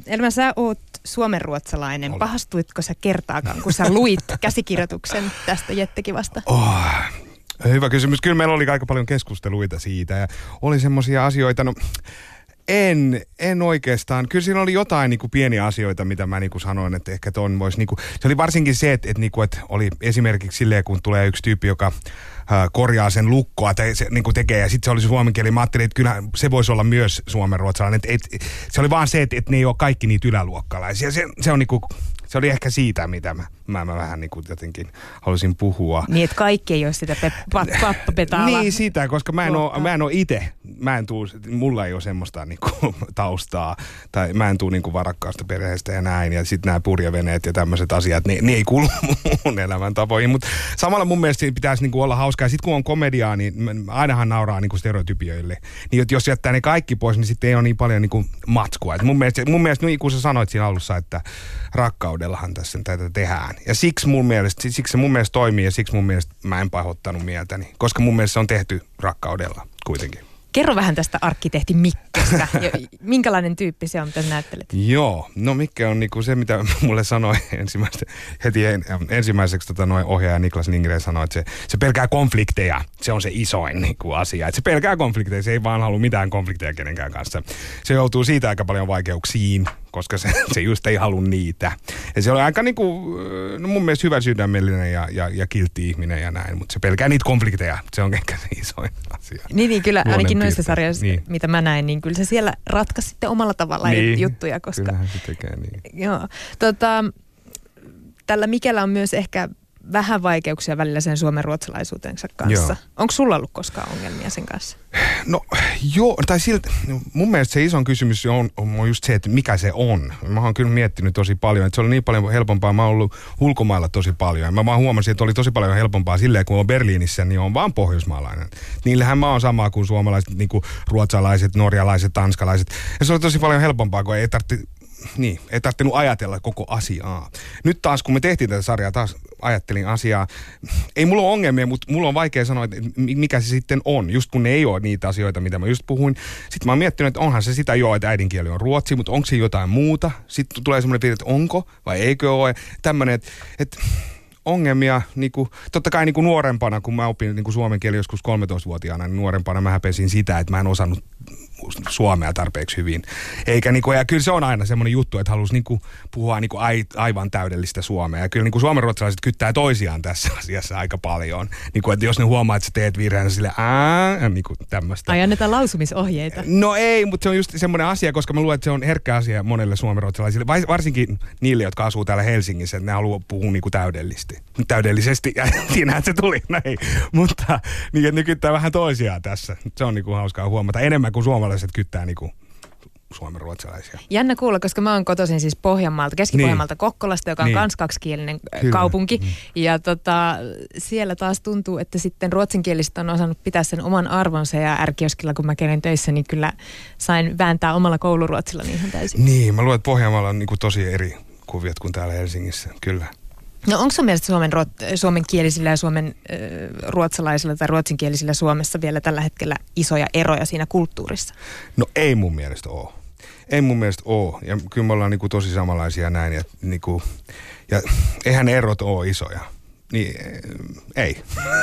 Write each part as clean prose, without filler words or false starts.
Elma, sä oot suomenruotsalainen. Pahastuitko sä kertaakaan, kun sä luit käsikirjoituksen tästä Jettekivasta? Hyvä kysymys. Kyllä meillä oli aika paljon keskusteluita siitä ja oli semmoisia asioita, En oikeastaan. Kyllä siinä oli jotain niin kuin pieniä asioita, mitä mä niin kuin sanoin, että ehkä ton voisi niin kuin, se oli varsinkin se, että oli esimerkiksi silleen, kun tulee yksi tyyppi, joka korjaa sen lukkoa tai se niin kuin tekee ja sitten se oli suomen kieli. Mä ajattelin, että kyllä se voisi olla myös suomenruotsalainen. Se oli vaan se, että ne ei ole kaikki niitä yläluokkalaisia. Se on niin kuin, se oli ehkä siitä, mitä mä vähän niin kuin jotenkin halusin puhua. Niin, että kaikki ei ole sitä pappapetaalaa. Niin, sitä, koska mä en ole itse. Mulla ei ole semmoista niin kuin taustaa. Tai mä en tuu niin kuin varakkaasta perheestä ja näin. Ja sitten nämä purjeveneet ja tämmöiset asiat, ne ei kuulu mun elämäntapoihin. Mutta samalla mun mielestä siinä pitäisi niin kuin olla hauskaa. Sitten kun on komediaa, niin ainahan nauraa niin kuin stereotypioille. Niin jos jättää ne kaikki pois, niin sitten ei ole niin paljon niin kuin matskua. Et mun mielestä, niin kuin sä sanoit siinä alussa, että rakkaudellahan tässä tätä tehdään. Ja siksi se mun mielestä toimii ja siksi mun mielestä mä en pahoittanut mieltäni. Koska mun mielestä se on tehty rakkaudella kuitenkin. Kerro vähän tästä arkkitehti Mikkestä. Minkälainen tyyppi se on, mitä sä näyttelet? Joo, no Mikke on niinku se, mitä mulle sanoi heti ensimmäiseksi ohjaaja Niklas Lindgren sanoi, että se pelkää konflikteja. Se on se isoin niinku asia. Että se pelkää konflikteja, se ei vaan halua mitään konflikteja kenenkään kanssa. Se joutuu siitä aika paljon vaikeuksiin, koska se just ei halua niitä. Ja se oli aika niinku, no mun mielestä hyvä sydämellinen ja kiltti ihminen ja näin, mutta se pelkää niitä konflikteja. Se on ehkä se isoin asia. Niin kyllä ainakin noissa sarjoissa, mitä mä näin, niin kyllä se siellä ratkaisi sitten omalla tavallaan juttuja. Koska kyllähän se tekee niin. Joo. Tällä Mikellä on myös ehkä vähän vaikeuksia välillä sen suomenruotsalaisuutensa kanssa. Onko sulla ollut koskaan ongelmia sen kanssa? No joo, tai siltä, mun mielestä se iso kysymys on just se, että mikä se on. Mä oon kyllä miettinyt tosi paljon, että se oli niin paljon helpompaa. Mä oon ollut ulkomailla tosi paljon. Mä vaan huomasin, että oli tosi paljon helpompaa silleen, kun on Berliinissä, niin on vaan pohjoismaalainen. Niillähän mä oon samaa kuin suomalaiset, niin kuin ruotsalaiset, norjalaiset, tanskalaiset. Ja se oli tosi paljon helpompaa, kun ei tarvinnut ajatella koko asiaa. Nyt taas, kun me tehtiin tätä sarjaa, taas ajattelin asiaa. Ei mulla ole ongelmia, mutta mulla on vaikea sanoa, että mikä se sitten on. Just kun ne ei ole niitä asioita, mitä mä just puhuin. Sitten mä oon miettinyt, että onhan se sitä jo, että äidinkieli on ruotsi, mutta onko se jotain muuta? Sitten tulee semmoinen fiilis, että onko vai eikö ole. Tämmöinen, että ongelmia, niinku, totta kai niinku nuorempana, kun mä opin niinku suomen kieli joskus 13-vuotiaana, niin nuorempana mä häpesin sitä, että mä en osannut suomea tarpeeksi hyvin. Eikä niinku, ja kyllä se on aina semmoinen juttu, että halusi niinku puhua niinku aivan täydellistä suomea. Ja kyllä niinku suomenruotsalaiset kyttää toisiaan tässä asiassa aika paljon. Niinku, että jos ne huomaa, että sä teet virheen, sille niinku tämmöistä. Ai annetaan lausumisohjeita. No ei, mutta se on just semmoinen asia, koska mä luulen, että se on herkkä asia monelle suomenruotsalaisille. Varsinkin niille, jotka asuu täällä Helsingissä, että ne haluaa puhua niinku täydellisesti. Ja siinähän se tuli näin. Mutta niin, ne kyttää vähän toisiaan tässä. Se on niinku hauskaa huomata. Enemmän kuin suomalaiset kyttää niinku suomenruotsalaisia. Jännä kuulla, koska mä oon kotoisin siis Pohjanmaalta, Keski-Pohjanmaalta, Kokkolasta, joka on kans kaksikielinen kaupunki. Ja siellä taas tuntuu, että sitten ruotsinkieliset on osannut pitää sen oman arvonsa ja R-kioskilla, kun mä kävin töissä, niin kyllä sain vääntää omalla kouluruotsilla niin ihan täysin. Niin, mä luulen, että Pohjanmaalla on niinku tosi eri kuviot kuin täällä Helsingissä, kyllä. No onko sun mielestä suomenkielisillä ja ruotsalaisilla tai ruotsinkielisillä Suomessa vielä tällä hetkellä isoja eroja siinä kulttuurissa? No ei mun mielestä ole. Ei mun mielestä ole. Ja kyllä me ollaan niinku tosi samanlaisia näin. Ja eihän ne erot ole isoja. Niin ei.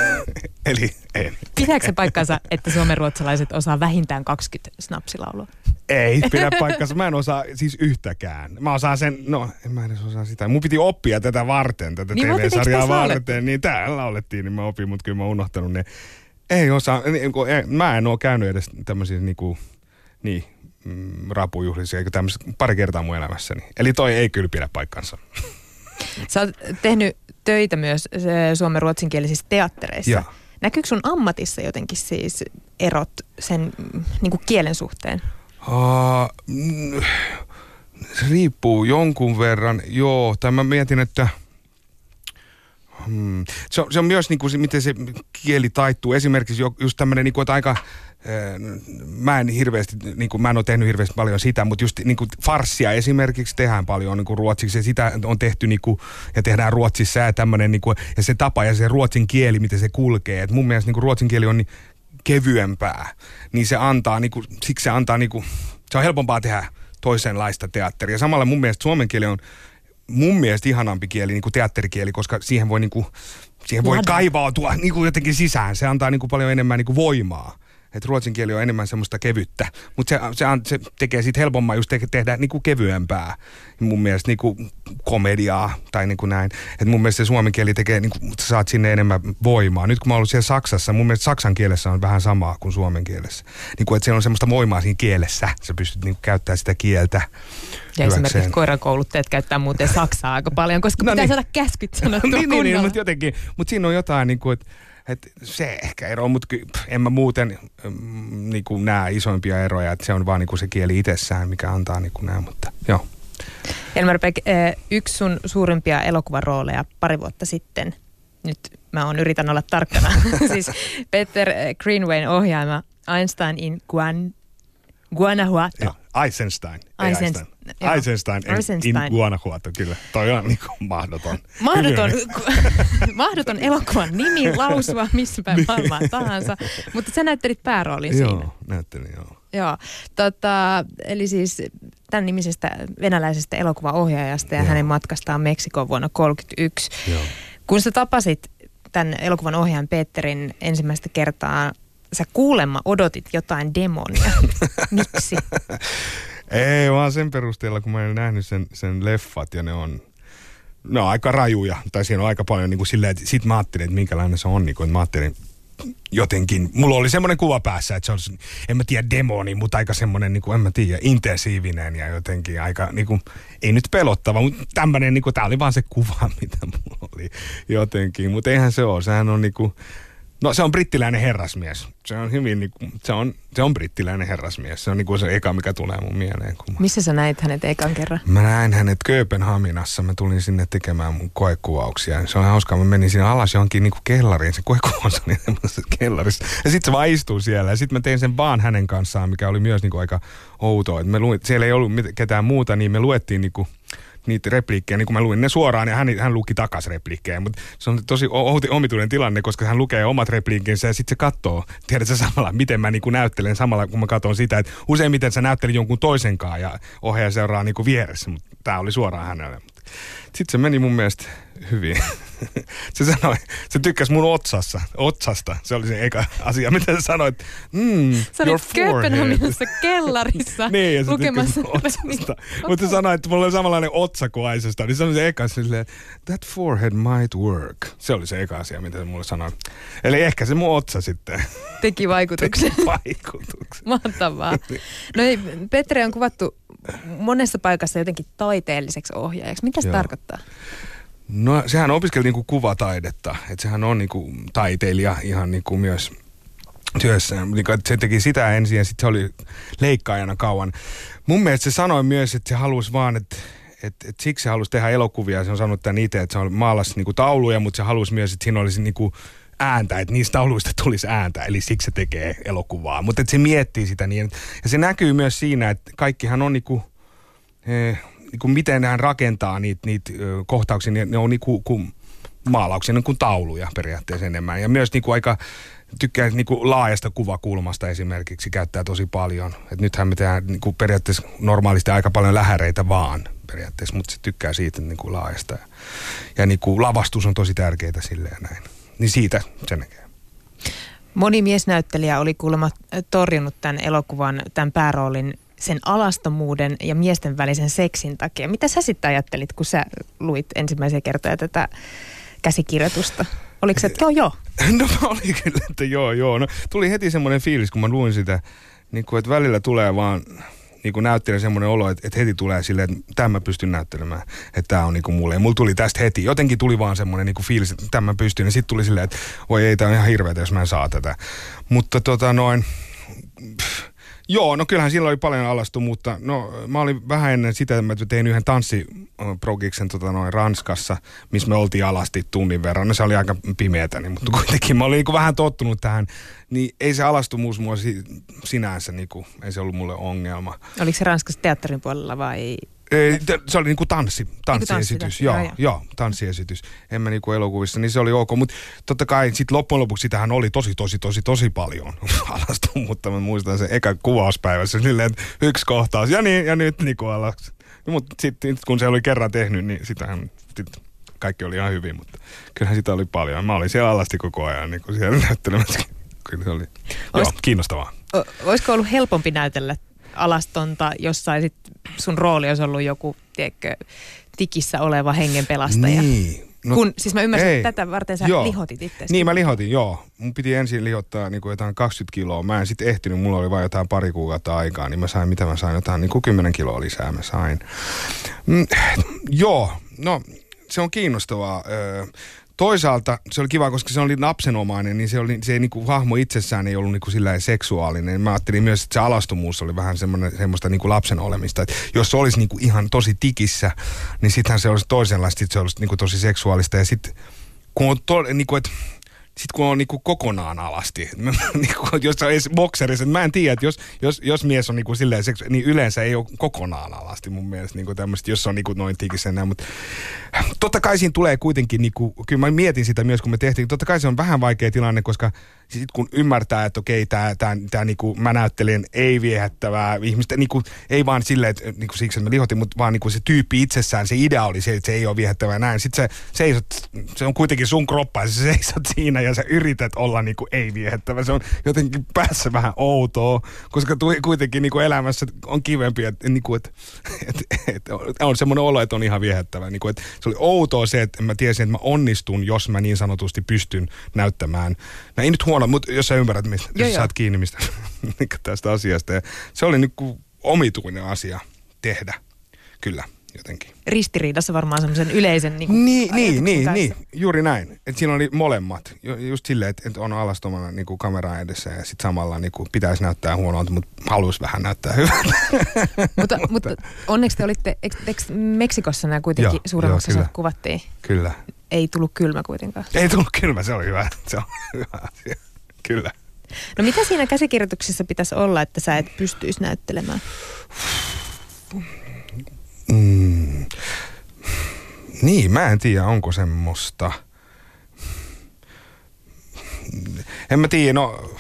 Eli ei. Pitääkö se paikkansa, että suomenruotsalaiset osaa vähintään 20 snapsilaulua? Ei pidä paikkansa. Mä en osaa siis yhtäkään. Mä osaan sen, mä en edes osaa sitä. Mun piti oppia tätä varten, tätä niin TV-sarjaa varten. Niin täällä laulettiin, niin mä opin, mutta kyllä mä oon unohtanut ne. Ei osaa, mä en oo käynyt edes tämmöisiä rapujuhlisia, eikö tämmöistä pari kertaa mun elämässäni. Eli toi ei kyllä pidä paikkansa. Sä oot tehnyt töitä myös suomen ruotsinkielisissä teattereissa. Ja. Näkyykö sun ammatissa jotenkin siis erot sen niin kuin kielen suhteen? Se riippuu jonkun verran, joo. Tai mä mietin, että se on myös niin kuin, miten se kieli taittuu. Esimerkiksi just tämmöinen, niin kuin, että aika, mä en ole tehnyt hirveästi paljon sitä, mutta just niin kuin farssia esimerkiksi tehdään paljon niin kuin ruotsiksi. Ja sitä on tehty niin kuin, ja tehdään Ruotsissa ja tämmöinen, niin kuin, ja se tapa ja se ruotsin kieli, miten se kulkee. Et mun mielestä niin kuin ruotsin kieli on niin kevyempää, niin se antaa, niin kuin, siksi se antaa, niin kuin, se on helpompaa tehdä toisenlaista teatteria. Samalla mun mielestä suomen kieli on mun mielestä ihanampi kieli, niin kuin teatterikieli, koska siihen voi, niin kuin, siihen voi kaivautua niin kuin jotenkin sisään. Se antaa niin kuin paljon enemmän niin kuin voimaa. Että ruotsin kieli on enemmän semmoista kevyttä, mutta se tekee siitä helpomman just tehdä niinku kevyempää. Mun mielestä niinku komediaa tai niinku näin. Että mun mielestä se suomen kieli tekee, niinku, saat sinne enemmän voimaa. Nyt kun mä oon ollut siellä Saksassa, mun mielestä saksan kielessä on vähän samaa kuin suomen kielessä. Niinku, että siellä on semmoista voimaa siinä kielessä. Sä pystyt niinku käyttämään sitä kieltä. Ja esimerkiksi koirakouluttajat käyttää muuten saksaa aika paljon, koska pitää saada käskyt sanottua kunnolla. Niin, mutta jotenkin. Mutta siinä on jotain niinku, että se ehkä ero, mutta en mä muuten niinku näe isoimpia eroja, että se on vaan niinku se kieli itsessään, mikä antaa niinku nää, mutta joo. Elmar Beck, yksi sun suurimpia elokuvarooleja pari vuotta sitten, nyt mä yritän olla tarkkana, siis Peter Greenwayn ohjaama Einstein in Guanajuato. Eisenstein in Guanajuato, kyllä. Toi on niinku mahdoton. Mahdoton elokuvan nimi lausua missä päin maailmaa tahansa, mutta sä näyttelit pääroolin siinä. Joo, näyttelin, joo. Joo, eli siis tämän nimisestä venäläisestä elokuvaohjaajasta ja hänen matkastaan Meksikoon vuonna 1931. Joo. Kun sä tapasit tämän elokuvan ohjaajan Peterin ensimmäistä kertaa, sä kuulemma odotit jotain demonia. Miksi? Ei, vaan sen perusteella, kun mä en nähnyt sen leffat ja ne on aika rajuja. Tai siinä on aika paljon niin kuin silleen, että sit mä ajattelin, että minkälainen se on. Niin kuin, että mä ajattelin jotenkin, mulla oli semmoinen kuva päässä, että se on, en mä tiedä demoni, mutta aika semmoinen, niin kuin, en mä tiedä, intensiivinen ja jotenkin aika, niin kuin, ei nyt pelottava, mutta tämmöinen, niin kuin, tää oli vaan se kuva, mitä mulla oli jotenkin. Mutta eihän se ole, sehän on niin kuin, no se on brittiläinen herrasmies. Se on hyvin niinku, se on brittiläinen herrasmies. Se on niinku se eka, mikä tulee mun mieleen. Missä sä näit hänet ekan kerran? Mä näin hänet Kööpenhaminassa. Mä tulin sinne tekemään mun koekuvauksia. Se on hauskaa. Mä menin sinne alas johonkin niinku kellariin. Se koekuvaus oli semmoisessa kellarissa. Ja sit se vaan istuu siellä. Ja sit mä tein sen vaan hänen kanssaan, mikä oli myös niinku aika outoa. Siellä ei ollut ketään muuta, niin me luettiin niinku niitä repliikkejä, niin kun mä luin ne suoraan ja hän luki takas repliikkejä, mutta se on tosi omituinen tilanne, koska hän lukee omat repliikkinsä ja sitten se katsoo, tiedätkö samalla, miten mä niin kuin näyttelen samalla, kun mä katson sitä, että useimmiten sä näyttelit jonkun toisenkaan ja ohjaaja seuraa niin kuin vieressä, mutta tää oli suoraan hänelle. Sitten se meni mun mielestä hyvin. Se sanoi, se tykkäsi mun otsasta. Se oli se eka asia, mitä sä sanoit. Sä olit Kööpenhaminassa kellarissa niin, lukemassa otsasta. Mutta se sanoi, että mulla oli samanlainen otsa kuin Aisesta. Niin se oli se eka silleen, that forehead might work. Se oli se eka asia, mitä se mulle sanoi. Eli ehkä se mun otsa sitten teki vaikutuksen. Mahtavaa. No ei, Petri on kuvattu monessa paikassa jotenkin taiteelliseksi ohjaajaksi. Mitä se tarkoittaa? No sehän opiskeli niinku kuvataidetta, että sehän on niinku taiteilija ihan niinku myös työssään. Se teki sitä ensin ja sitten se oli leikkaajana kauan. Mun mielestä se sanoi myös, että se halusi vaan, että siksi se halusi tehdä elokuvia. Se on sanonut tämän itse, että se maalasi niinku tauluja, mutta se halusi myös, että siinä olisi niinku ääntä, että niistä tauluista tulisi ääntä, eli siksi se tekee elokuvaa. Mutta että se miettii sitä niin, ja se näkyy myös siinä, että kaikkihan on niinku miten hän rakentaa niitä kohtauksia, ne on niinku maalauksia, niin kuin tauluja periaatteessa enemmän. Ja myös niinku aika tykkää niinku laajasta kuvakulmasta esimerkiksi, käyttää tosi paljon. Et nythän me tehdään niinku periaatteessa normaalisti aika paljon lähäreitä vaan periaatteessa, mutta se tykkää siitä niinku laajasta. Ja niinku lavastus on tosi tärkeää silleen näin. Niin siitä se näkee. Moni miesnäyttelijä oli kuulemma torjunut tämän elokuvan, tämän pääroolin, sen alastomuuden ja miesten välisen seksin takia. Mitä sä sitten ajattelit, kun sä luit ensimmäisiä kertoja tätä käsikirjoitusta? Oliko se, että joo? No oli kyllä, että joo. No, tuli heti semmoinen fiilis, kun mä luin sitä, niin kuin, että välillä tulee vaan niin kuin näyttelijä semmoinen olo, että heti tulee silleen, että tämän mä pystyn näyttelemään, että tämä on niin kuin mulle. Ja mulla tuli tästä heti, jotenkin tuli vaan semmoinen niin kuin fiilis, että tämän mä pystyn. Ja sitten tuli silleen, että voi ei, tämä on ihan hirveätä, jos mä en saa tätä. Mutta joo, no kyllähän silloin oli paljon alastumuutta. No mä olin vähän ennen sitä, että mä tein yhden tanssiprogiksen Ranskassa, missä me oltiin alasti tunnin verran. No se oli aika pimeätä, niin, mutta kuitenkin mä olin niin kuin vähän tottunut tähän. Niin ei se alastumuus mua sinänsä, niin kuin, ei se ollut mulle ongelma. Oliko se Ranskassa teatterin puolella vai Se oli niinku tanssiesitys. Joo, tanssiesitys. En mä niinku elokuvissa, niin se oli ok. Mutta totta kai sit loppujen lopuksi sitähän oli tosi paljon alastu, mutta mä muistan sen eka kuvauspäivässä silleen, että yksi kohtaus ja nyt niinku alastu. Mutta sitten kun se oli kerran tehnyt, niin sitähän kaikki oli ihan hyvin, mutta kyllähän sitä oli paljon. Mä olin siellä alasti koko ajan niin kuin siellä näyttelemässä. Kyllä se oli kiinnostavaa. Olisiko ollut helpompi näytellä alastonta, jos saisit sun rooli olisi ollut joku, tiedätkö, tikissä oleva hengenpelastaja? Niin. No, siis mä ymmärsin, että tätä varten sä lihotit itse. Niin mä lihotin, joo. Mun piti ensin lihottaa niin kuin jotain 20 kiloa. Mä en sitten ehtinyt, mulla oli vain jotain pari kuukautta aikaa, niin mä sain jotain niin kuin 10 kiloa lisää mä sain. Joo, no se on kiinnostavaa. Toisaalta se oli kiva, koska se oli lapsenomainen, niin se niinku hahmo itsessään ei ollut niinku sillä seksuaalinen. Mä ajattelin myös, että se alastomuus oli vähän semmoista niinku lapsen olemista. Että jos se olisi niinku ihan tosi tikissä, niin sittenhän se olisi toisenlaista, se olisi niinku tosi seksuaalista. Ja sitten kun on kun on niinku kokonaan alasti, niinku, jos on edes bokserissa, mä en tiedä, että jos mies on niinku silleen niin yleensä ei ole kokonaan alasti mun mielestä, niinku tämmöistä, jos on niinku noin tikissä näin, mutta totta kai siinä tulee kuitenkin, niinku, kyllä mä mietin sitä myös, kun me tehtiin, totta kai se on vähän vaikea tilanne, koska sit kun ymmärtää, että okei, tää niinku, mä näyttelen ei-viehättävää ihmistä, niinku, ei vaan silleen, että niinku, siksi, että mä lihotin, mutta vaan niinku, se tyyppi itsessään, se idea oli se, että se ei ole viehättävää näin. Sitten se on kuitenkin sun kroppa ja sä seisot siinä ja sä yrität olla niinku, ei-viehättävä. Se on jotenkin päässä vähän outoa, koska kuitenkin niinku, elämässä on kivempi, että niinku, on semmoinen olo, että on ihan viehättävä. Niinku, että se oli outoa se, että mä tiesin, että mä onnistun, jos mä niin sanotusti pystyn näyttämään. Mä ei nyt huono, mutta jos sä ymmärrät, jos saat kiinni mistä tästä asiasta. Ja se oli niinku omituinen asia tehdä, kyllä, jotenkin. Ristiriidassa varmaan semmoisen yleisen Niin, juuri näin. Että siinä oli molemmat. Just silleen, että on alastomana niinku kameran edessä ja sitten samalla niinku pitäisi näyttää huonolta, mutta haluaisi vähän näyttää hyvältä. mutta onneksi te olitte, eikö Meksikossa nämä kuitenkin suuremmaksi osat kuvattiin? Kyllä. Ei tullut kylmä kuitenkaan. Ei tullut kylmä, se oli hyvä. Se on hyvä asia. Kyllä. No mitä siinä käsikirjoituksessa pitäisi olla, että sä et pystyisi näyttelemään? Niin, mä en tiedä, onko semmoista. En mä tiedä, no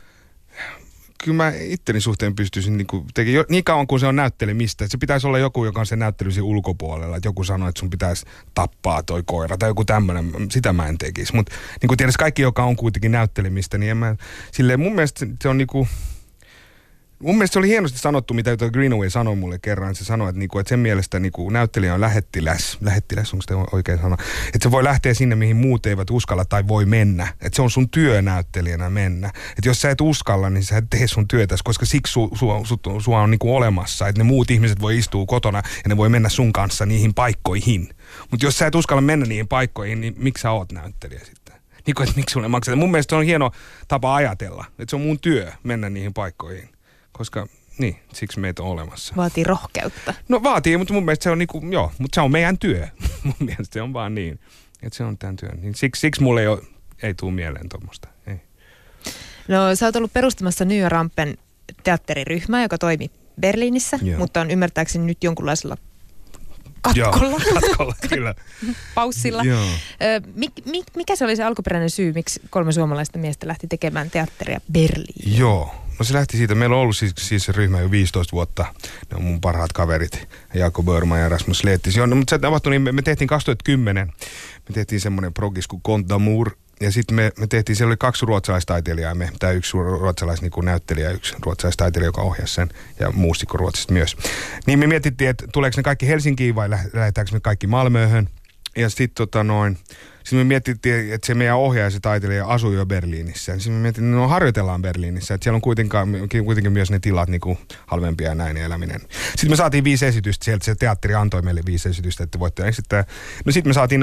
kyllä mä itteni suhteen pystyisin niin kauan kuin se on näyttelemistä. Se pitäisi olla joku, joka on sen näyttelysi ulkopuolella. Että joku sanoo, että sun pitäisi tappaa toi koira tai joku tämmöinen. Sitä mä en tekisi. Mutta niin kuin tiedätkö, kaikki, joka on kuitenkin näyttelemistä, niin en mä silleen, mun mielestä se on niinku. Mun mielestä se oli hienosti sanottu, mitä Greenaway sanoi mulle kerran. Se sanoi, että sen mielestä näyttelijä on lähettiläs. Lähettiläs, onko se oikein sana? Että se voi lähteä sinne, mihin muut eivät uskalla tai voi mennä. Että se on sun työ näyttelijänä mennä. Että jos sä et uskalla, niin sä et tee sun työtäsi, koska siksi sua on olemassa. Että ne muut ihmiset voi istua kotona ja ne voi mennä sun kanssa niihin paikkoihin. Mutta jos sä et uskalla mennä niihin paikkoihin, niin miksi sä oot näyttelijä sitten? Niin kuin, että miksi sulle maksetaan? Mun mielestä se on hieno tapa ajatella. Että se on mun työ mennä niihin paikkoihin. Koska, niin, siksi meitä on olemassa. Vaatii rohkeutta. No vaatii, mutta mun mielestä se on mutta se on meidän työ. Mun mielestä se on vaan niin, että se on tämän työn. Niin siksi mulle ei tule mieleen tuommoista. Ei. No sä oot ollut perustamassa New Rampen teatteriryhmää, joka toimi Berliinissä, mutta on ymmärtääkseni nyt jonkunlaisella katkolla, kyllä. Paussilla. Mikä se oli se alkuperäinen syy, miksi 3 suomalaista miestä lähti tekemään teatteria Berliiniin? Joo. No se lähti siitä. Meillä on ollut siis se ryhmä jo 15 vuotta. Ne on mun parhaat kaverit, Jaakko Börman ja Rasmus Leettis. No, mutta se tapahtui niin, me tehtiin 2010. Me tehtiin semmoinen progis kuin Conte d'Amour. Ja sitten me tehtiin, siellä oli 2 ruotsalaistaiteilijaa. Tai 1 ruotsalais-näyttelijä, 1 ruotsalaistaiteilija, joka ohjasi sen. Ja muusikko Ruotsista myös. Niin me mietittiin, että tuleeko ne kaikki Helsinkiin vai lähdetäänkö me kaikki Malmöhön. Ja sitten Sitten me mietittiin, että se meidän ohjaaja, se taiteilija, asui jo Berliinissä. Sitten me mietittiin, että harjoitellaan Berliinissä. Että siellä on kuitenkin myös ne tilat niin halvempia ja näin eläminen. Sitten me saatiin 5 esitystä sieltä. Se teatteri antoi meille 5 esitystä, että voitte esittää. No sitten me saatiin ne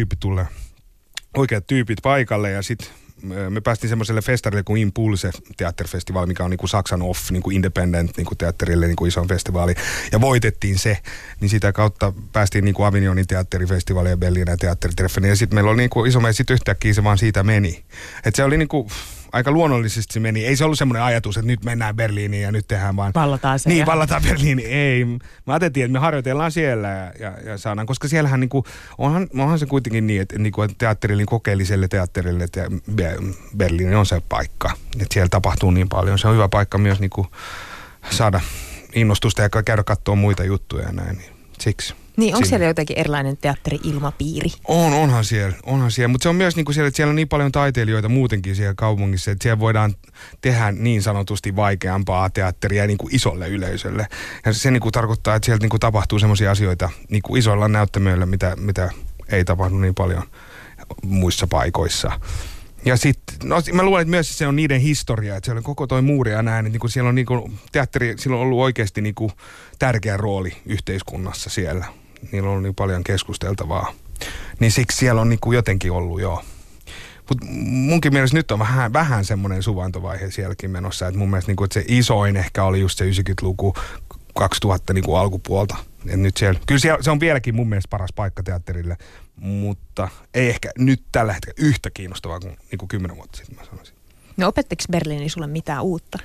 oikeat tyypit paikalle ja sitten me päästiin semmoiselle festarille kuin Impulse teatterfestivaali, mikä on niinku Saksan off, niinku independent niinku teatterille niinku iso festivaali. Ja voitettiin se, niin sitä kautta päästiin niinku Avignonin teatterifestivaaliin ja Berliinin teatteritreffeniin. Ja sitten meillä oli niinku iso, ja sitten yhtäkkiä se vaan siitä meni. Että se oli niinku, aika luonnollisesti se meni. Ei se ollut semmoinen ajatus, että nyt mennään Berliiniin ja nyt tehdään vaan... Vallataan se. Niin, vallataan Berliiniin. Ei. Mä ajattelin, että me harjoitellaan siellä ja saadaan, koska siellähän niinku, onhan se kuitenkin niin, että niinku, teatterille, niin kokeelliselle teatterille, että Berliini on se paikka. Että siellä tapahtuu niin paljon. Se on hyvä paikka myös niinku saada innostusta ja käydä katsoa muita juttuja ja näin. Niin siksi. Niin, onko siellä jotenkin erilainen teatteri-ilmapiiri? Onhan siellä. Mutta se on myös niin kuin siellä, että siellä on niin paljon taiteilijoita muutenkin siellä kaupungissa, että siellä voidaan tehdä niin sanotusti vaikeampaa teatteria niin kuin isolle yleisölle. Ja se niin kuin tarkoittaa, että sieltä niin kuin tapahtuu semmoisia asioita niin kuin isoilla näyttämöillä, mitä ei tapahdu niin paljon muissa paikoissa. Ja sitten, no mä luulen, että myös se on niiden historia, että siellä on koko toi muuri ja näin, että niinku siellä on niinku teatteri, sillä on ollut oikeasti niinku tärkeä rooli yhteiskunnassa siellä. Niillä on ollut niin paljon keskusteltavaa. Niin siksi siellä on niinku jotenkin ollut, joo. Mutta munkin mielestä nyt on vähän semmoinen suvantovaihe sielläkin menossa, että mun mielestä niinku, että se isoin ehkä oli just se 90-luku, 2000 niinku alkupuolta. Et nyt siellä, kyllä se on vieläkin mun mielestä paras paikka teatterille, mutta ei ehkä nyt tällä hetkellä yhtä kiinnostavaa kuin niinku 10 vuotta sitten, mä sanoisin. No opettiko Berliini sulle mitään uutta?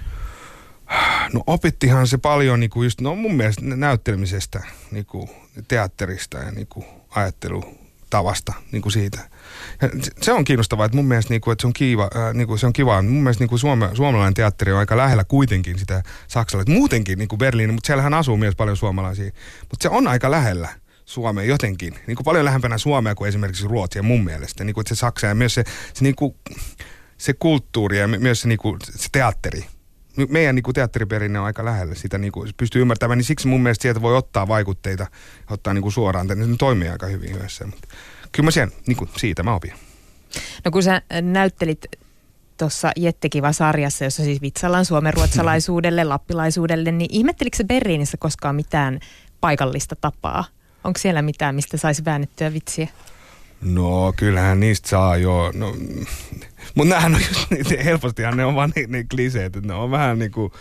No opittihan se paljon niinku just, no mun mielestä näyttelemisestä, niinku teatterista ja niinku ajattelutavasta niinku siitä. Ja se on kiinnostavaa, että mun mielestä niinku, että se on kiva, niinku se on kiva. Mun mielestä niinku suomalainen teatteri on aika lähellä kuitenkin sitä saksalaista. Muutenkin niinku Berliini, mutta siellähän asuu myös paljon suomalaisia. Mutta se on aika lähellä Suomea jotenkin. Niinku paljon lähempänä Suomea kuin esimerkiksi Ruotsia mun mielestä. Niinku, että se Saksa ja myös se kulttuuri ja myös se teatteri. Meidän niinku teatteriperinne on aika lähellä sitä, niinku, pystyy ymmärtämään, niin siksi mun mielestä sieltä voi ottaa vaikutteita, ottaa niinku suoraan, ne toimii aika hyvin yhdessä. Mutta kyllä mä niinku, siitä mä opin. No kun sä näyttelit tuossa Jättekiva-sarjassa, jossa siis vitsaillaan suomenruotsalaisuudelle, lappilaisuudelle, niin ihmettelikö se Berliinissä koskaan mitään paikallista tapaa? Onko siellä mitään, mistä saisi väännettyä vitsiä? No kyllähän niistä saa jo. No, mutta näähän on just helpostihan ne on vaan ne kliseet, että ne on vähän niinku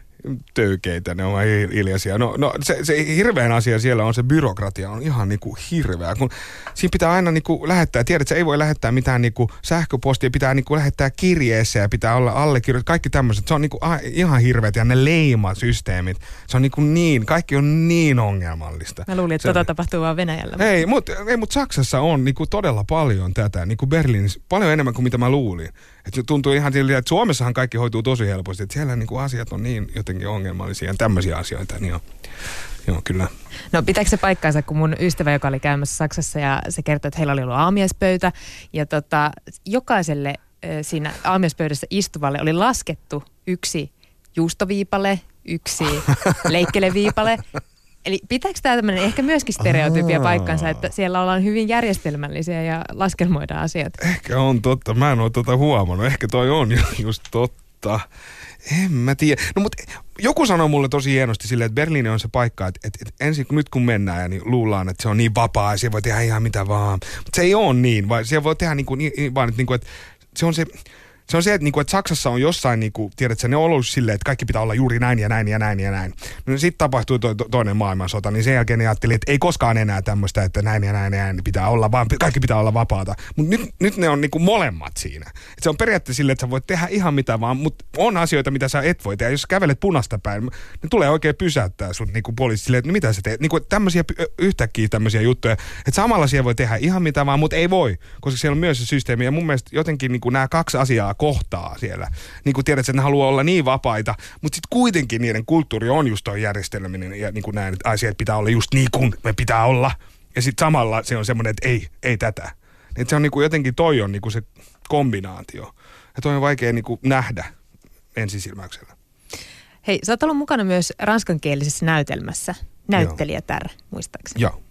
töykeitä, ne on vaan hiljaisia. No se hirveän asia siellä on se byrokratia, on ihan niinku hirveä, kun siinä pitää aina niinku lähettää, tiedät, että ei voi lähettää mitään niinku sähköpostia, pitää niinku lähettää kirjeessä ja pitää olla allekirjoitus, kaikki tämmöiset, se on niinku ihan hirveät ja ne leimasysteemit, se on niinku niin, kaikki on niin ongelmallista. Mä luulin, että tapahtuu vaan Venäjällä. Ei, mutta Saksassa on niinku todella paljon tätä, niinku Berliinissä, paljon enemmän kuin mitä mä luulin. Että tuntuu ihan siltä, että Suomessahan kaikki hoituu tosi helposti, että siellä niinku asiat on niin jotenkin ongelmallisia ja tämmöisiä asioita, niin joo, kyllä. No pitääkö se paikkaansa, kun mun ystävä, joka oli käymässä Saksassa ja se kertoi, että heillä oli ollut aamiaispöytä ja jokaiselle siinä aamiaispöydässä istuvalle oli laskettu 1 juustoviipale, 1 leikkeleviipale. Eli pitääkö tämä tämmöinen ehkä myöskin stereotypia paikkansa, että siellä ollaan hyvin järjestelmällisiä ja laskelmoidaan asiat? Ehkä on totta. Mä en ole huomannut. Ehkä toi on just totta. En mä tiedä. No mutta joku sanoi mulle tosi hienosti silleen, että Berliini on se paikka, että ensin nyt kun mennään, niin luullaan, että se on niin vapaa ja siellä voi tehdä ihan mitä vaan. Mutta se ei ole niin, vaan siellä voi tehdä vaan, että se on se... Se on se, että Saksassa on jossain, tiedätkö, ne on ollut silleen, että kaikki pitää olla juuri näin ja näin ja näin ja näin. No sitten tapahtui toinen maailmansota, niin sen jälkeen ne ajatteli, että ei koskaan enää tämmöistä, että näin ja näin ja näin pitää olla, vaan kaikki pitää olla vapaata. Mutta nyt ne on molemmat siinä. Et se on periaatteessa silleen, että sä voit tehdä ihan mitä vaan, mutta on asioita, mitä sä et voi tehdä. Jos sä kävelet punasta päin, ne tulee oikein pysäyttää sut poliisi silleen, että no mitä sä teet. Tämmöisiä yhtäkkiä tämmöisiä juttuja, että samalla siellä voi tehdä ihan mitä vaan, mutta ei voi, koska siellä on myös se systeemi. Ja mun mielestä jotenkin nämä kaksi asiaa kohtaa siellä. Niin kuin tiedät, että ne haluaa olla niin vapaita, mutta sitten kuitenkin niiden kulttuuri on just toi järjestelminen ja niin kuin näin, että asiat pitää olla just niin kuin me pitää olla. Ja sitten samalla se on semmoinen, että ei tätä. Että se on niin kuin jotenkin toi on niin kuin se kombinaatio. Ja toi on vaikea niin kuin nähdä ensisilmäyksellä. Hei, sä oot ollut mukana myös ranskankielisessä näytelmässä. Näyttelijätär, muistaakseni. Joo.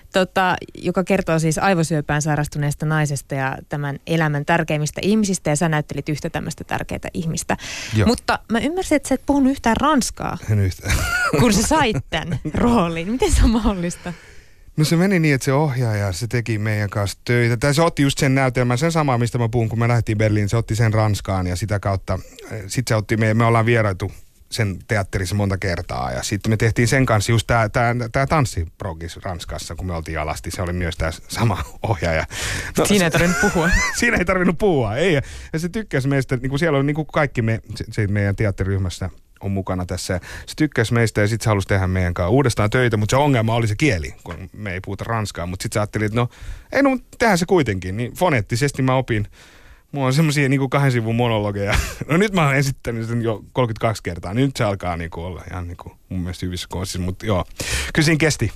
Joka kertoo siis aivosyöpään sairastuneesta naisesta ja tämän elämän tärkeimmistä ihmisistä, ja sä näyttelit yhtä tämmöistä tärkeää ihmistä. Joo. Mutta mä ymmärsin, että sä et puhunut yhtään ranskaa, en yhtään. kun sä sait tämän roolin. Miten se on mahdollista? No se meni niin, että se ohjaaja, se teki meidän kanssa töitä. Tai se otti just sen näytelmän, sen samaa, mistä mä puhun, kun me lähdettiin Berliiniin, se otti sen Ranskaan ja sitä kautta, sitten se otti, me ollaan vieraitu sen teatterissa monta kertaa. Ja sitten me tehtiin sen kanssa just tää tanssiprogis Ranskassa, kun me oltiin alasti. Se oli myös tää sama ohjaaja. No, siinä ei tarvinnut puhua. Siinä ei tarvinnut puhua, ei. Ja se tykkäsi meistä, niin kuin siellä on niin kuin kaikki meidän teatteriryhmässä on mukana tässä. Se tykkäsi meistä ja sitten se halusi tehdä meidän kanssa uudestaan töitä, mutta se ongelma oli se kieli, kun me ei puhuta ranskaa. Mutta sitten se ajatteli, että tehdään se kuitenkin. Niin foneettisesti mä opin. Mulla on semmosia niinku 2 sivun monologeja. No nyt mä oon esittänyt sen jo 32 kertaa. Nyt se alkaa niinku olla ihan niinku mun mielestä hyvissä kohdissa. Mutta joo, kyllä siinä kesti.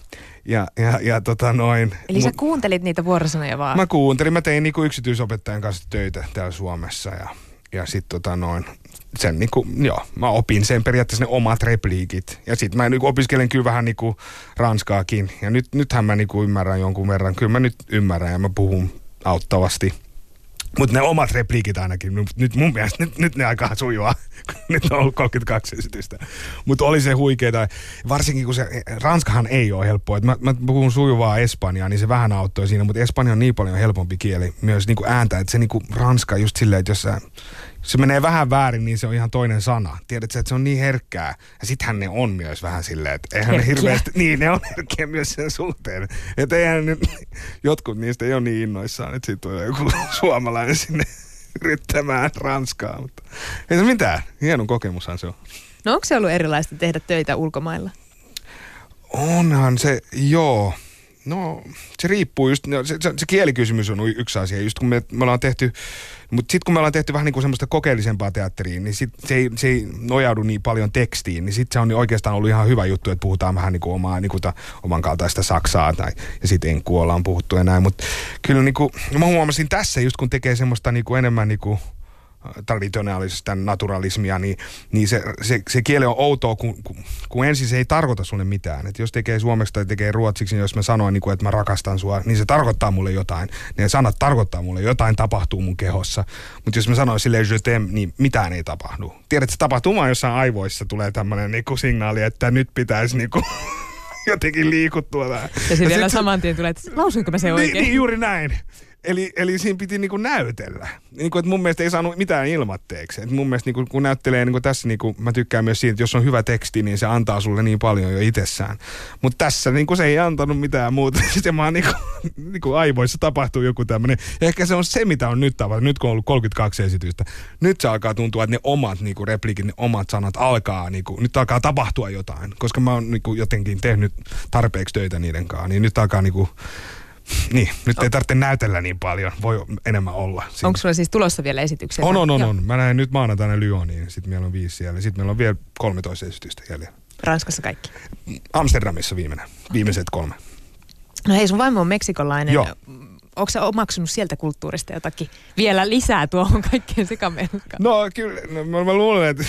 Eli sä kuuntelit niitä vuorosanoja vaan? Mä kuuntelin. Mä tein niinku yksityisopettajan kanssa töitä täällä Suomessa. Ja sit sen niinku, joo, mä opin sen periaatteessa ne omat repliikit. Ja sit mä niinku opiskelen kyllä vähän niinku ranskaakin. Ja nythän mä niinku ymmärrän jonkun verran. Kyllä mä nyt ymmärrän ja mä puhun auttavasti. Mutta ne omat repliikit ainakin, nyt mun mielestä, nyt ne alkaa sujua, nyt on ollut 32 esitystä. Mutta oli se huikeeta, varsinkin kun se, ranskahan ei ole helppoa. Mä puhun sujuvaa espanjaa, niin se vähän auttoi siinä, mutta espanja on niin paljon helpompi kieli myös niinku ääntä, että se niinku ranska just silleen, että jos se menee vähän väärin, niin se on ihan toinen sana. Tiedätkö, että se on niin herkkää. Ja sittenhän ne on myös vähän silleen, että eihän ne hirveästi, niin ne on herkkiä myös sen suhteen. Että eihän nyt, jotkut niistä ei ole niin innoissaan, että siitä tulee joku suomalainen sinne yrittämään ranskaa. Mutta ei se mitään, hieno kokemushan se on. No onko se ollut erilaista tehdä töitä ulkomailla? Onhan se, joo. No, se riippuu just, se kielikysymys on yksi asia, just kun me ollaan tehty, mutta sitten kun me ollaan tehty vähän niin kuin semmoista kokeellisempaa teatteriin, niin se ei nojaudu niin paljon tekstiin, niin sitten se on oikeastaan ollut ihan hyvä juttu, että puhutaan vähän niin kuin oman kaltaista saksaa, ja sitten enkkua ollaan puhuttu ja näin, mutta kyllä niin kuin, mä huomasin tässä just kun tekee semmoista niin kuin enemmän niin kuin traditionaalista naturalismia, niin se kieli on outoa, kun ensin se ei tarkoita sulle mitään. Et jos tekee suomeksi tai tekee ruotsiksi, niin jos mä sanoin, niin kuin, että mä rakastan sua, niin se tarkoittaa mulle jotain. Ne sanat tarkoittaa mulle jotain, tapahtuu mun kehossa. Mutta jos mä sanoin silleen je t'aime, niin mitään ei tapahdu. Tiedät, se tapahtuu vaan jossain aivoissa, tulee tämmöinen niinku signaali, että nyt pitäisi niinku jotenkin liikuttua vähän. Ja sitten vielä saman tien tulee, että lausuinko mä se oikein? Niin, juuri näin. Eli siinä piti niinku näytellä. Niinku, että mun mielestä ei saanut mitään ilmatteeksi. Et mun mielestä niinku, kun näyttelee niinku tässä, niinku, mä tykkään myös siitä, että jos on hyvä teksti, niin se antaa sulle niin paljon jo itsessään. Mutta tässä niinku, se ei antanut mitään muuta. Sitten vaan niinku aivoissa tapahtuu joku tämmöinen. Ja ehkä se on se, mitä on nyt tapahtunut. Nyt kun on ollut 32 esitystä. Nyt se alkaa tuntua, että ne omat niinku, repliikit, ne omat sanat alkaa, niinku, nyt alkaa tapahtua jotain. Koska mä oon niinku, jotenkin tehnyt tarpeeksi töitä niiden kanssa. Niin nyt alkaa niinku... Niin, nyt ei tarvitse näytellä niin paljon, voi enemmän olla. Siinä. Onko sulla siis tulossa vielä esityksiä? On. Mä näen nyt maanantaina Lyoniin, sitten meillä on 5 siellä, sitten meillä on vielä 13 esitystä jäljellä. Ranskassa kaikki? Amsterdamissa viimeiset 3. No hei, sun vaimo on meksikolainen. Joo. Onko sä omaksunut sieltä kulttuurista jotakin vielä lisää tuohon kaikkeen sekamelkaan? No kyllä, mä luulen, että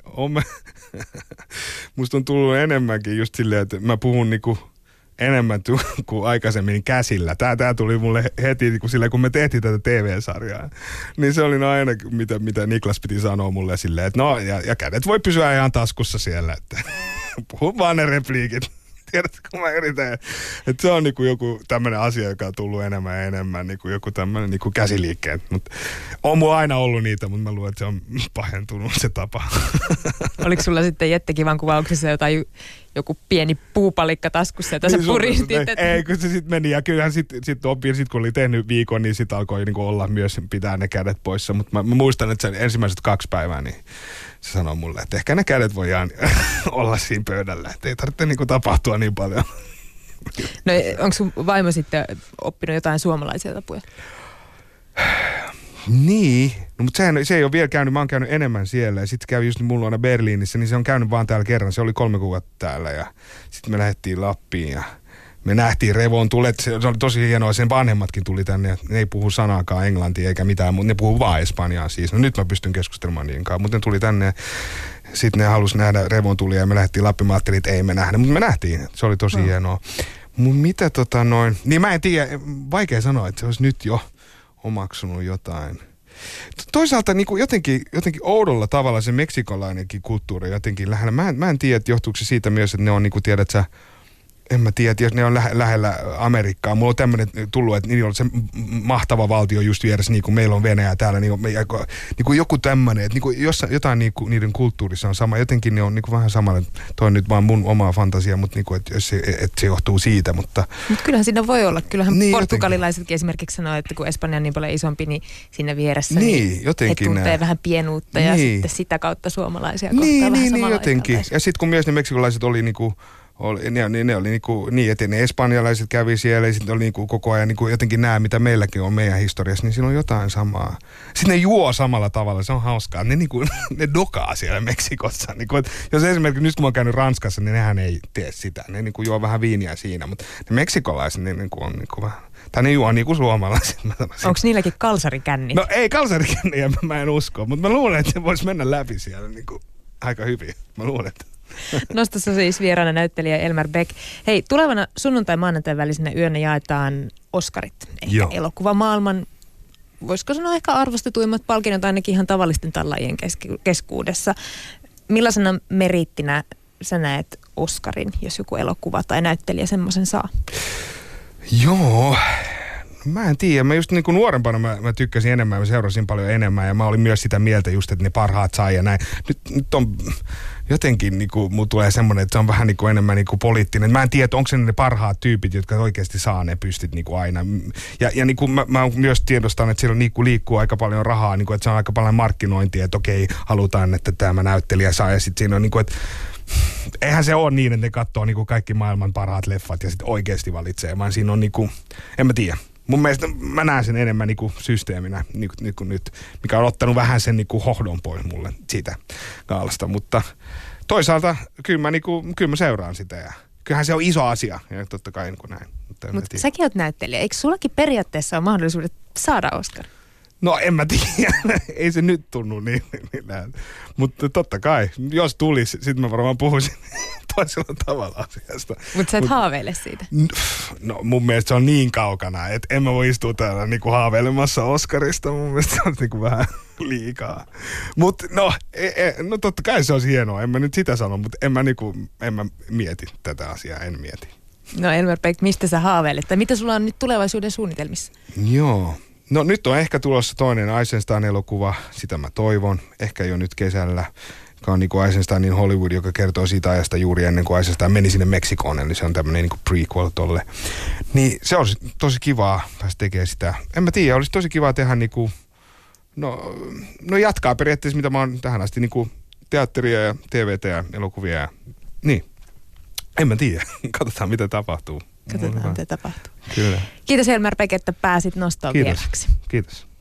musta on tullut enemmänkin just silleen, että mä puhun niinku... enemmän kuin aikaisemmin käsillä. Tää tuli mulle heti, kun me tehtiin tätä TV-sarjaa. Niin se oli aina, mitä Niklas piti sanoa mulle silleen, että no, ja kädet voi pysyä ihan taskussa siellä, että puhu vaan ne repliikit. Tiedätkö, kun mä yritän. Että se on niinku joku tämmöinen asia, joka on tullut enemmän ja enemmän, niinku joku tämmöinen niinku käsiliikkeet. Mut on mulla aina ollut niitä, mutta mä luulen, että se on pahentunut se tapa. Oliko sulla sitten Jette-kivan kuvauksessa joku pieni puupalikka taskussa, jota sä puristit? Ei, kun se sitten meni. Ja kyllähän sitten kun oli tehnyt viikon, niin sitten alkoi niinku olla myös pitää ne kädet poissa. Mutta mä muistan, että sen ensimmäiset 2 päivää, niin se sanoi mulle, että ehkä ne kädet voidaan olla siinä pöydällä. Että ei tarvitse niinku tapahtua niin paljon. No onko sun vaimo sitten oppinut jotain suomalaisia tapoja? Niin, no, mutta se ei ole vielä käynyt, mä oon käynyt enemmän siellä ja sitten kävi just mulla aina Berliinissä, niin se on käynyt vaan täällä kerran, se oli 3 kuukautta täällä ja sitten me lähdettiin Lappiin ja me nähtiin Revon tulet, se oli tosi hienoa, sen vanhemmatkin tuli tänne, ne ei puhu sanaakaan englantia eikä mitään, mutta ne puhuu vaan espanjaa siis, no nyt mä pystyn keskustelemaan niiden kanssa, mutta ne tuli tänne ja sitten ne halusi nähdä Revon tulia ja me lähdettiin Lappiin, mä ajattelin, että ei me nähdä, mutta me nähtiin, se oli tosi hienoa. Mutta mitä niin mä en tiedä, vaikea sanoa, että se olisi nyt jo omaksunut jotain. Toisaalta niin kuin jotenkin oudolla tavalla se meksikolainenkin kulttuuri jotenkin lähellä. Mä en tiedä, että johtuuko se siitä myös, että ne on niin kuin tiedät sä, En mä tiedä, jos ne on lähellä Amerikkaa. Mulla on tämmöinen tullut, että niillä on se mahtava valtio just vieressä, niin kuin meillä on Venäjä täällä. Niin kuin joku tämmöinen, että niin jotain niin kuin niiden kulttuurissa on sama. Jotenkin ne on niin kuin vähän samalla. Toi on nyt vaan mun omaa fantasia, mutta niin kuin, että se johtuu siitä. Mutta kyllähän siinä voi olla. Kyllähän niin, portugalilaisetkin esimerkiksi sanoo, että kun Espanja on niin paljon isompi, niin siinä vieressä niin he tuntee vähän pienuutta ja sitten sitä kautta suomalaisia kohtaa vähän samalla jotenkin. Ja sitten kun myös ne meksikolaiset oli niinku ne oli niin, että ne espanjalaiset kävi siellä ja sitten oli niinku koko ajan niinku jotenkin nämä, mitä meilläkin on meidän historiassa, niin siinä on jotain samaa. Sitten ne juo samalla tavalla, se on hauskaa. Ne ne dokaa siellä Meksikossa. Niinku, jos esimerkiksi nyt kun mä oon käynyt Ranskassa, niin nehän ei tee sitä. Ne niinku juo vähän viiniä siinä, mutta ne meksikolaiset ne niinku on niinku vähän, tai ne juo niinku suomalaiset. Onko niilläkin kalsarikännit? No ei kalsarikänniä, mä en usko, mutta mä luulen, että se voisi mennä läpi siellä niinku aika hyvin. Mä luulen, että Nostossa siis vieraana näyttelijä Elmer Beck. Hei, tulevana sunnuntai-maanantain välisenä yönä jaetaan Oscarit. Ehkä elokuvamaailman, voisiko sanoa ehkä arvostetuimmat palkinnot ainakin ihan tavallisten tallajien keskuudessa. Millaisena merittinä sä näet Oscarin, jos joku elokuva tai näyttelijä semmoisen saa? Joo, mä en tiedä. Mä just niin kuin nuorempana mä tykkäsin enemmän, mä seurasin paljon enemmän ja mä olin myös sitä mieltä just, että ne parhaat sai ja näin. Nyt on jotenkin niinku mulla tulee semmoinen, että se on vähän niinku enemmän niinku poliittinen. Mä en tiedä, onko se ne parhaat tyypit, jotka oikeasti saa ne pystit niinku aina. Ja niinku mä myös tiedostan, että siellä niinku liikkuu aika paljon rahaa, niinku, että se on aika paljon markkinointia, että okei, halutaan, että tämä näyttelijä saa. Ja sitten siinä on niinku, että eihän se ole niin, että ne katsoo niinku kaikki maailman parhaat leffat ja sitten oikeasti valitsee, vaan siinä on niinku, en mä tiedä. Mun mielestä mä näen sen enemmän niinku systeeminä niinku nyt, mikä on ottanut vähän sen niinku hohdon pois mulle siitä gaalasta, mutta toisaalta kyllä mä seuraan sitä ja kyllähän se on iso asia ja totta kai niin kuin näin. Mutta säkin oot näyttelijä, eikö sullakin periaatteessa ole mahdollisuudet saada Oscar? No en mä tiedä, ei se nyt tunnu niin. Mutta totta kai, jos tulisi, sit mä varmaan puhuisin toisella tavalla asiasta. Mutta sä et haaveile siitä? No mun mielestä se on niin kaukana, että en mä voi istua täällä niinku haaveilemassa Oscarista. Mun mielestä se on niinku vähän liikaa. Mutta no totta kai se olisi hienoa, en mä nyt sitä sano, mutta en mä mieti tätä asiaa, en mieti. No Elmer Beck, mistä sä haaveilet? Tai mitä sulla on nyt tulevaisuuden suunnitelmissa? Joo. No nyt on ehkä tulossa toinen Eisenstein-elokuva, sitä mä toivon, ehkä jo nyt kesällä, joka on niin kuin Eisensteinin Hollywood, joka kertoo siitä ajasta juuri ennen kuin Eisenstein meni sinne Meksikoon, eli se on tämmöinen niin kuin prequel tolle. Niin se olisi tosi kivaa päästä tekemään sitä. En mä tiedä, olisi tosi kivaa tehdä niin kuin, no jatkaa periaatteessa, mitä mä oon tähän asti, niin kuin teatteria ja TVtä ja elokuvia ja niin. En mä tiedä, katsotaan mitä tapahtuu. Katsotaan mitä tapahtuu. Kyllä. Kiitos Elmer Beck, että pääsit nostoon vieraksi. Kiitos.